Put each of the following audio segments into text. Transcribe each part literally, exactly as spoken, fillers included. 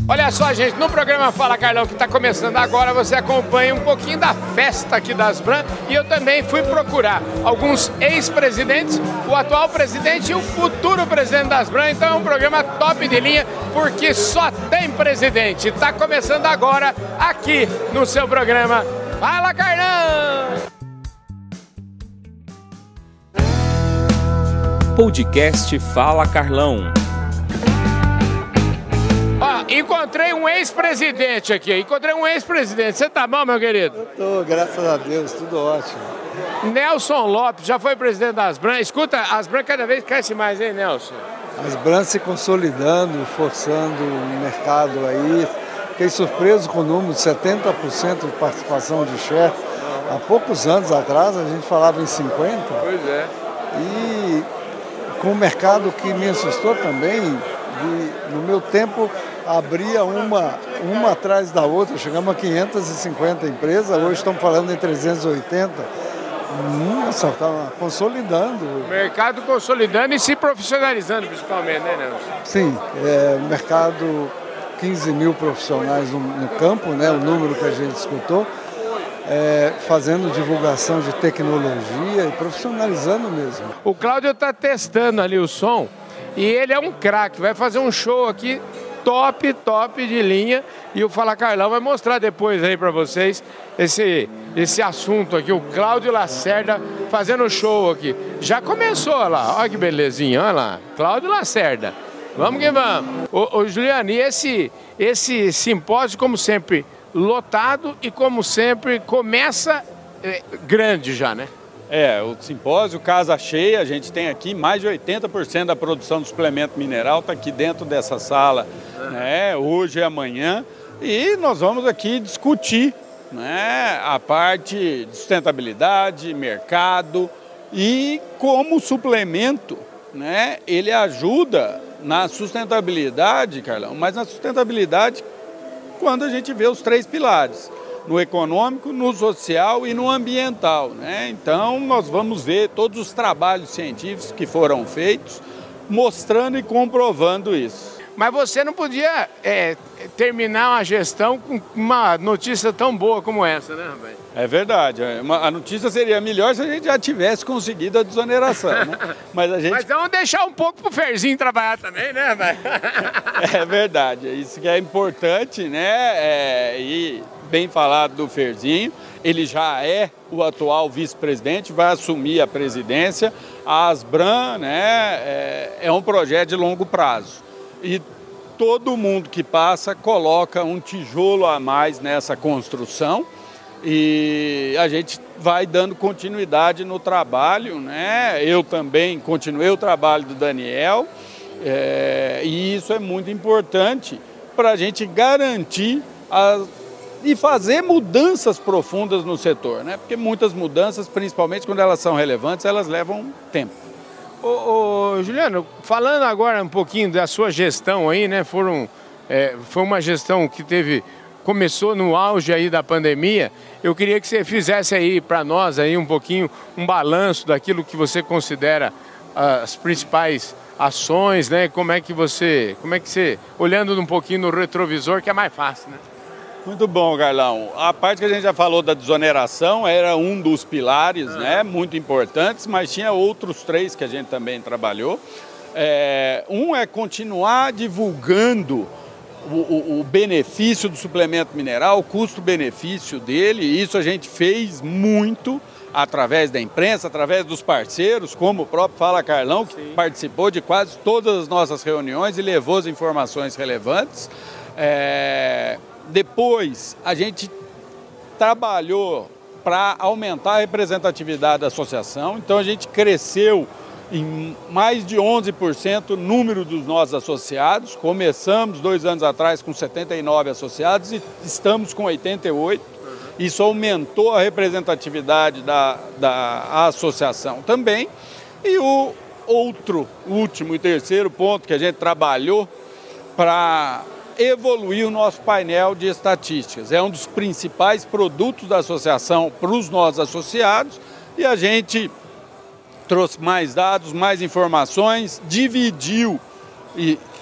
Olha só, gente, no programa Fala Carlão, que está começando agora, você acompanha um pouquinho da festa aqui da Asbram, e eu também fui procurar alguns ex-presidentes, o atual presidente e o futuro presidente da Asbram. Então é um programa top de linha, porque só tem presidente. Está começando agora aqui no seu programa Fala Carlão! Podcast Fala Carlão. Ó, encontrei um ex-presidente aqui, encontrei um ex-presidente. Você tá bom, meu querido? Eu tô, graças a Deus, tudo ótimo. Nelson Lopes, já foi presidente da Asbram. Escuta, a Asbram cada vez cresce mais, hein, Nelson? A Asbram se consolidando, forçando o mercado aí. Fiquei surpreso com o número de setenta por cento de participação de share. Há poucos anos atrás a gente falava em cinquenta por cento. Pois é. E com o mercado que me assustou também, de, no meu tempo abria uma, uma atrás da outra, chegamos a quinhentas e cinquenta empresas, hoje estamos falando em trezentas e oitenta. Nossa, está consolidando. O mercado consolidando e se profissionalizando principalmente, né, Nelson? Sim, é, o mercado, quinze mil profissionais no, no campo, né, o número que a gente escutou, é, fazendo divulgação de tecnologia e profissionalizando mesmo. O Cláudio está testando ali o som e ele é um craque, vai fazer um show aqui top, top de linha, e o Fala Carlão vai mostrar depois aí para vocês esse, esse assunto aqui, o Cláudio Lacerda fazendo show aqui. Já começou, olha lá, olha que belezinha, olha lá, Cláudio Lacerda. Vamos que vamos. Ô, ô Juliano, e esse, esse simpósio, como sempre, lotado e, como sempre, começa é, grande já, né? É, o simpósio, casa cheia, a gente tem aqui mais de oitenta por cento da produção do suplemento mineral está aqui dentro dessa sala, uhum. né, hoje e amanhã, e nós vamos aqui discutir, né, a parte de sustentabilidade, mercado e como o suplemento, né, ele ajuda na sustentabilidade, Carlão, mas na sustentabilidade quando a gente vê os três pilares, no econômico, no social e no ambiental, né? Então nós vamos ver todos os trabalhos científicos que foram feitos, mostrando e comprovando isso. Mas você não podia é, terminar uma gestão com uma notícia tão boa como essa, né, rapaz? É verdade. A notícia seria melhor se a gente já tivesse conseguido a desoneração, né? Mas a gente... Mas vamos deixar um pouco pro Ferzinho trabalhar também, né, rapaz? É verdade. Isso que é importante, né? É, e bem falado do Ferzinho. Ele já é o atual vice-presidente, vai assumir a presidência. A Asbram, né, é, é um projeto de longo prazo. E todo mundo que passa coloca um tijolo a mais nessa construção e a gente vai dando continuidade no trabalho, né? Eu também continuei o trabalho do Daniel é, e isso é muito importante para a gente garantir a, e fazer mudanças profundas no setor, né? Porque muitas mudanças, principalmente quando elas são relevantes, elas levam tempo. Ô, ô, Juliano, falando agora um pouquinho da sua gestão aí, né? Foram, é, foi uma gestão que teve, começou no auge aí da pandemia. Eu queria que você fizesse aí para nós aí um pouquinho um balanço daquilo que você considera as principais ações, né? Como é que você, como é que você, olhando um pouquinho no retrovisor, que é mais fácil, né? Muito bom, Carlão. A parte que a gente já falou da desoneração era um dos pilares, uhum. né, muito importantes, mas tinha outros três que a gente também trabalhou. É, um é continuar divulgando o, o, o benefício do suplemento mineral, o custo-benefício dele. Isso a gente fez muito através da imprensa, através dos parceiros, como o próprio Fala Carlão, que Sim. participou de quase todas as nossas reuniões e levou as informações relevantes. É... Depois, a gente trabalhou para aumentar a representatividade da associação, então a gente cresceu em mais de onze por cento o número dos nossos associados. Começamos dois anos atrás com setenta e nove associados e estamos com oitenta e oito. Isso aumentou a representatividade da, da associação também. E o outro, último e terceiro ponto que a gente trabalhou para evoluir o nosso painel de estatísticas. É um dos principais produtos da associação para os nossos associados e a gente trouxe mais dados, mais informações, dividiu e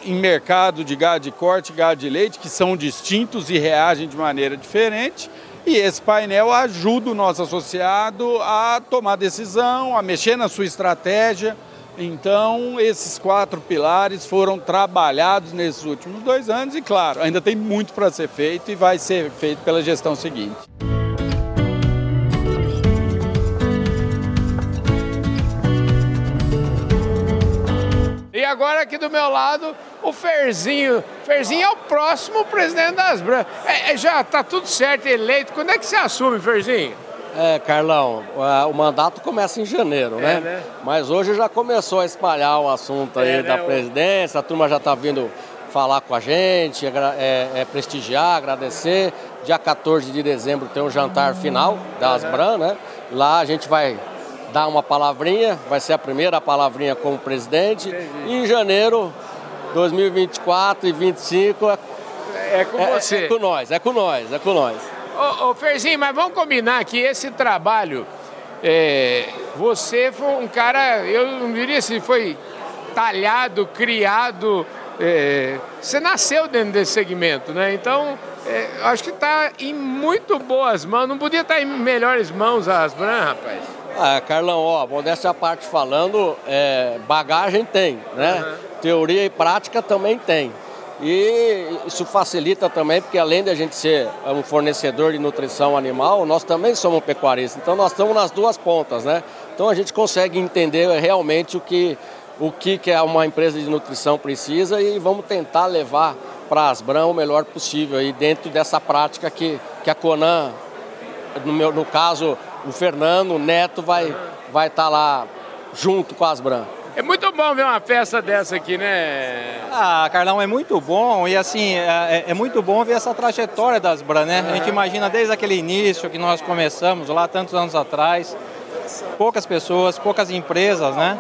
em mercado de gado de corte e gado de leite, que são distintos e reagem de maneira diferente. E esse painel ajuda o nosso associado a tomar decisão, a mexer na sua estratégia. Então, esses quatro pilares foram trabalhados nesses últimos dois anos e, claro, ainda tem muito para ser feito e vai ser feito pela gestão seguinte. E agora aqui do meu lado, o Ferzinho. Ferzinho é o próximo presidente das Bran. É, é, já está tudo certo, eleito. Quando é que você assume, Ferzinho? É, Carlão, o mandato começa em janeiro, é, né? né? Mas hoje já começou a espalhar o assunto aí é, da né? presidência, a turma já está vindo falar com a gente, é, é, prestigiar, agradecer. Dia quatorze de dezembro tem um jantar final das uhum. Bran, né? Lá a gente vai dar uma palavrinha, vai ser a primeira palavrinha como presidente. Entendi. E em janeiro de dois mil e vinte e quatro e vinte e cinco é, é com é, você. É com nós, é com nós, é com nós. Ô, ô Ferzinho, mas vamos combinar que esse trabalho, é, você foi um cara, eu não diria se foi talhado, criado, é, você nasceu dentro desse segmento, né? Então, é, acho que está em muito boas mãos, não podia estar em melhores mãos as Bran, rapaz. Ah, Carlão, ó, modéstia à parte falando, é, bagagem tem, né? Uhum. Teoria e prática também tem. E isso facilita também, porque além de a gente ser um fornecedor de nutrição animal, nós também somos pecuaristas. Então nós estamos nas duas pontas, né? Então a gente consegue entender realmente o que, o que que uma empresa de nutrição precisa e vamos tentar levar para as Bran o melhor possível aí dentro dessa prática que, que a Conan, no, meu, no caso, o Fernando, o Neto, vai vai estar lá junto com as Bran. É muito bom ver uma festa dessa aqui, né? Ah, Carlão, é muito bom e assim, é, é muito bom ver essa trajetória das Bran, né? A gente imagina desde aquele início que nós começamos lá tantos anos atrás, poucas pessoas, poucas empresas, né?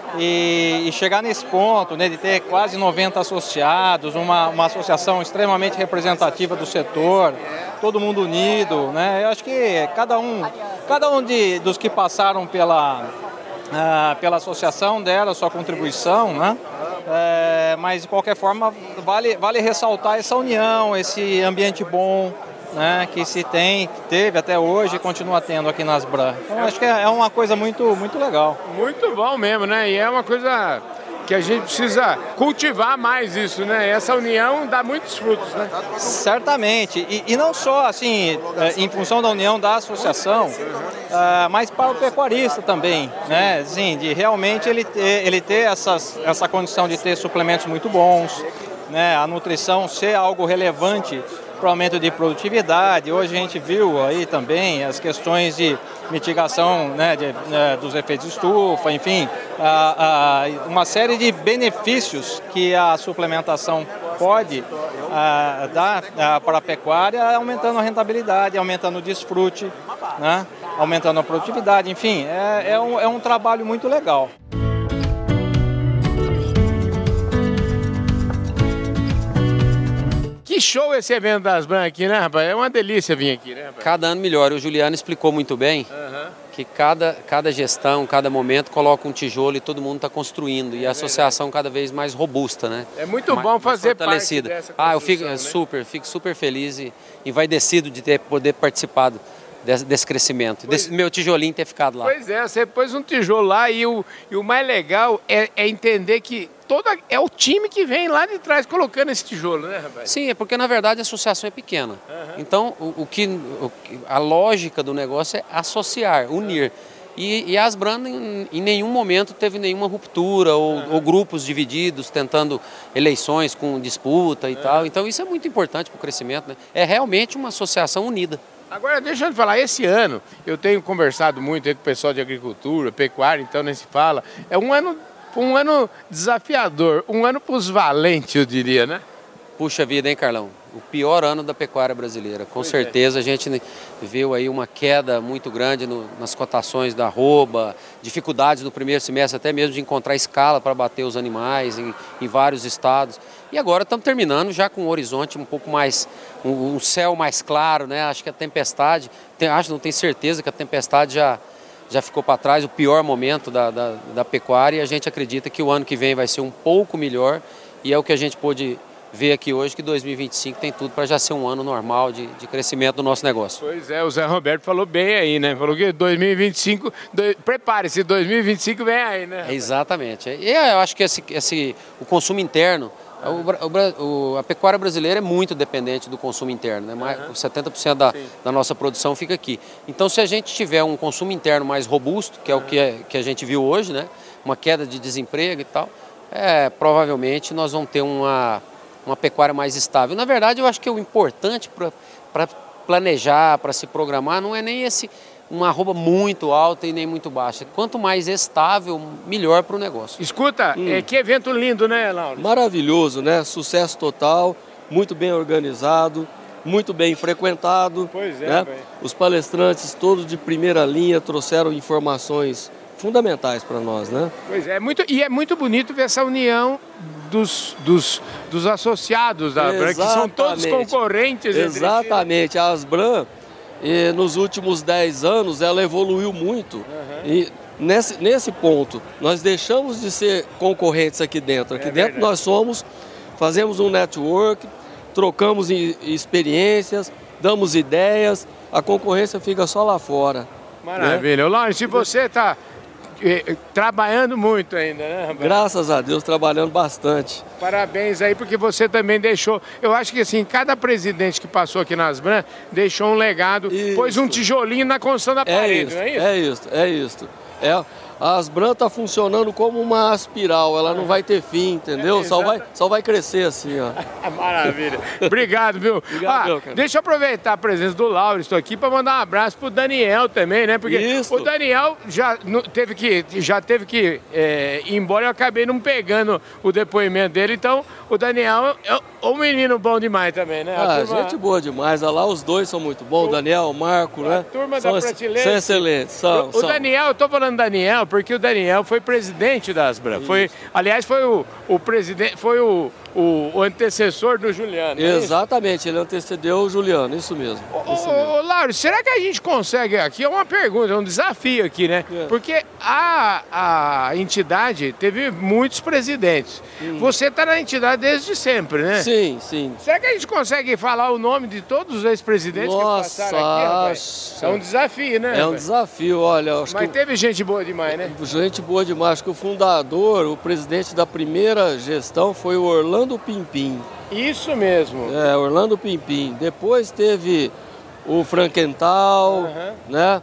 E, e chegar nesse ponto, né, de ter quase noventa associados, uma, uma associação extremamente representativa do setor, todo mundo unido, né? Eu acho que cada um, cada um de, dos que passaram pela... Ah, pela associação dela, sua contribuição, né? É, mas de qualquer forma vale, vale ressaltar essa união, esse ambiente bom, né? Que se tem, que teve até hoje e continua tendo aqui nas Bran. Então acho que é uma coisa muito, muito legal. Muito bom mesmo, né? E é uma coisa que a gente precisa cultivar mais isso, né? Essa união dá muitos frutos, né? Certamente. E, e não só, assim, em função da união da associação, uh, mas para o pecuarista também, né? Assim, de realmente ele ter, ele ter essas, essa condição de ter suplementos muito bons, né? A nutrição ser algo relevante para o aumento de produtividade. Hoje a gente viu aí também as questões de mitigação, né, de, né, dos efeitos de estufa, enfim, a, a, uma série de benefícios que a suplementação pode a, dar a, para a pecuária, aumentando a rentabilidade, aumentando o desfrute, né, aumentando a produtividade, enfim, é, é, um, é um trabalho muito legal. Que show esse evento das Bran aqui, né, rapaz? É uma delícia vir aqui, né, rapaz? Cada ano melhor. O Juliano explicou muito bem uhum. que cada, cada gestão, cada momento coloca um tijolo e todo mundo está construindo. E a associação cada vez mais robusta, né? É muito mais, bom fazer parte dessa Ah, eu fico né? super, fico super feliz e envaidecido de ter poder participado desse, desse crescimento, pois, desse meu tijolinho ter ficado lá. Pois é, você pôs um tijolo lá e o, e o mais legal é, é entender que toda, é o time que vem lá de trás colocando esse tijolo, né, rapaz? Sim, é porque na verdade a associação é pequena. Uhum. Então, o, o que, o, a lógica do negócio é associar, unir. E, e a Asbran em, em nenhum momento teve nenhuma ruptura ou, uhum. ou grupos divididos tentando eleições com disputa e uhum. tal. Então isso é muito importante para o crescimento, né? É realmente uma associação unida. Agora, deixa eu te falar, esse ano eu tenho conversado muito aí com o pessoal de agricultura, pecuária, então nem se fala. É um ano, um ano desafiador, um ano para os valentes, eu diria, né? Puxa vida, hein, Carlão? O pior ano da pecuária brasileira. Com pois certeza é. A gente viu aí uma queda muito grande no, nas cotações da arroba, dificuldades no primeiro semestre até mesmo de encontrar escala para bater os animais em, em vários estados. E agora estamos terminando já com um horizonte um pouco mais, um, um céu mais claro, né? Acho que a tempestade, tem, acho, não tenho certeza que a tempestade já, já ficou para trás, o pior momento da, da, da pecuária, e a gente acredita que o ano que vem vai ser um pouco melhor. e é o que a gente pôde ver aqui hoje, que dois mil e vinte e cinco tem tudo para já ser um ano normal de, de crescimento do nosso negócio. Pois é, o Zé Roberto falou bem aí, né? Falou que dois mil e vinte e cinco, do, prepare-se, dois mil e vinte e cinco vem aí, né? É, exatamente. E eu acho que esse, esse, o consumo interno, o, o, a pecuária brasileira é muito dependente do consumo interno, né? Mais, uhum. setenta por cento da, da nossa produção fica aqui. Então, se a gente tiver um consumo interno mais robusto, que é uhum. o que, é, que a gente viu hoje, né? Uma queda de desemprego e tal, é, provavelmente nós vamos ter uma... uma pecuária mais estável. Na verdade, eu acho que o importante para planejar, para se programar, não é nem esse uma arroba muito alta e nem muito baixa. Quanto mais estável, melhor para o negócio. Escuta, hum. é, que evento lindo, né, Lauro? Maravilhoso, né? Sucesso total, muito bem organizado, muito bem frequentado. Pois é, né? Véio. Os palestrantes todos de primeira linha trouxeram informações fundamentais para nós, né? Pois é, muito, e é muito bonito ver essa união dos, dos, dos associados da Asbram, que são todos concorrentes. Exatamente, a Asbram, e nos últimos dez anos, ela evoluiu muito. Uhum. E nesse, nesse ponto, nós deixamos de ser concorrentes aqui dentro. Aqui é dentro verdade. Nós somos, fazemos um network, trocamos experiências, damos ideias, a concorrência fica só lá fora. Maravilha. Né? Lauro, se você está trabalhando muito ainda, né, rapaz? Graças a Deus, trabalhando bastante. Parabéns aí, porque você também deixou... Eu acho que assim, cada presidente que passou aqui na Asbram deixou um legado, isso. Pôs um tijolinho na construção da parede, é não é isso? É isso, é isso. É, a Asbram está funcionando como uma aspiral, ela não vai ter fim, entendeu? É, só, vai, só vai crescer assim, ó. Maravilha. Obrigado, viu? Obrigado, ah, meu, cara. Deixa eu aproveitar a presença do Lauro, estou aqui para mandar um abraço pro Daniel também, né? Porque isso. O Daniel já teve que, já teve que é, ir embora, eu acabei não pegando o depoimento dele, então o Daniel é um menino bom demais também, né? A ah, turma... gente boa demais, olha lá, os dois são muito bons, o Daniel, o Marco, a né? A turma são, da prateleira. São excelentes, são, o, são. O Daniel, eu tô falando Daniel, porque o Daniel foi presidente da Asbram. Foi, aliás, foi o, o presidente, foi o, o, o antecessor do Juliano. Exatamente, é ele antecedeu o Juliano, isso mesmo. Ô, isso ô, mesmo. Ô, Lauro, será que a gente consegue, aqui é uma pergunta, é um desafio aqui, né? É. Porque a, a entidade teve muitos presidentes. Hum. Você está na entidade desde sempre, né? Sim, sim. Será que a gente consegue falar o nome de todos os ex-presidentes que passaram aqui, rapaz? É um desafio, né? É um rapaz? desafio, olha. Acho Mas que teve gente boa demais, né? Gente boa demais. Acho que o fundador, o presidente da primeira gestão foi o Orlando Pimpim. Isso mesmo. É, Orlando Pimpim. Depois teve o Frankenthal, uhum. né?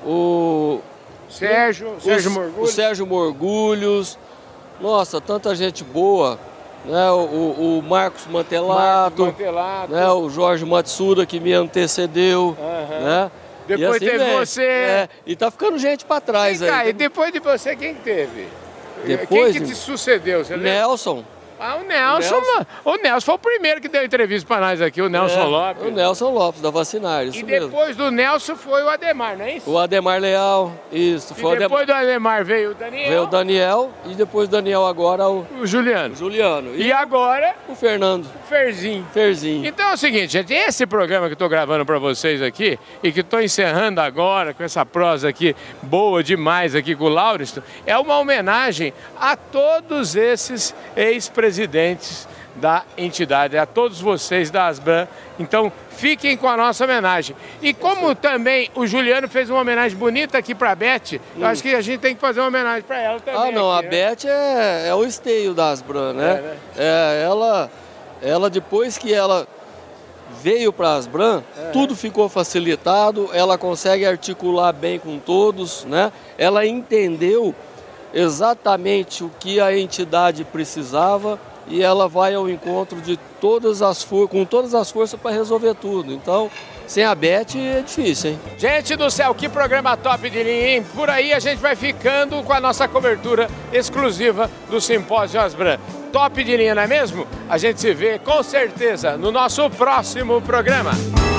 O Sérgio, o, Sérgio Morgulhos. O Sérgio Morgulhos. Nossa, tanta gente boa. Né? O, o, o Marcos Mantelato, Marcos Mantelato. Né? O Jorge Matsuda, que me antecedeu. Uhum. Né? Depois assim, teve né? você. É, e tá ficando gente para trás aí. Cá, e depois de você, quem teve? Depois, quem que te sucedeu? Você Nelson. Lembra? Ah, o Nelson, o Nelson. O Nelson foi o primeiro que deu entrevista para nós aqui, o Nelson é, Lopes. O Nelson Lopes, da Vacinar, isso E mesmo. depois do Nelson foi o Ademar, não é isso? O Ademar Leal, isso. E foi depois Ademar... do Ademar veio o Daniel. Veio o Daniel e depois do Daniel agora o... O Juliano. O Juliano. E, e agora... O Fernando. O Ferzinho. Ferzinho. Então é o seguinte, gente, esse programa que eu estou gravando para vocês aqui e que estou encerrando agora com essa prosa aqui boa demais aqui com o Lauriston, é uma homenagem a todos esses ex-presidentes da entidade, a todos vocês da Asbram. Então fiquem com a nossa homenagem. E como também o Juliano fez uma homenagem bonita aqui para a Beth, hum. eu acho que a gente tem que fazer uma homenagem para ela também. Ah, não, aqui, a né? Beth é, é o esteio da Asbram, né? É, né? É, ela, ela, depois que ela veio para a Asbram, é. tudo ficou facilitado, ela consegue articular bem com todos, né? Ela entendeu exatamente o que a entidade precisava e ela vai ao encontro de todas as com todas as forças para resolver tudo. Então, sem a Beth é difícil, hein? Gente do céu, que programa top de linha, hein? Por aí a gente vai ficando com a nossa cobertura exclusiva do Simpósio Asbram. Top de linha, não é mesmo? A gente se vê com certeza no nosso próximo programa.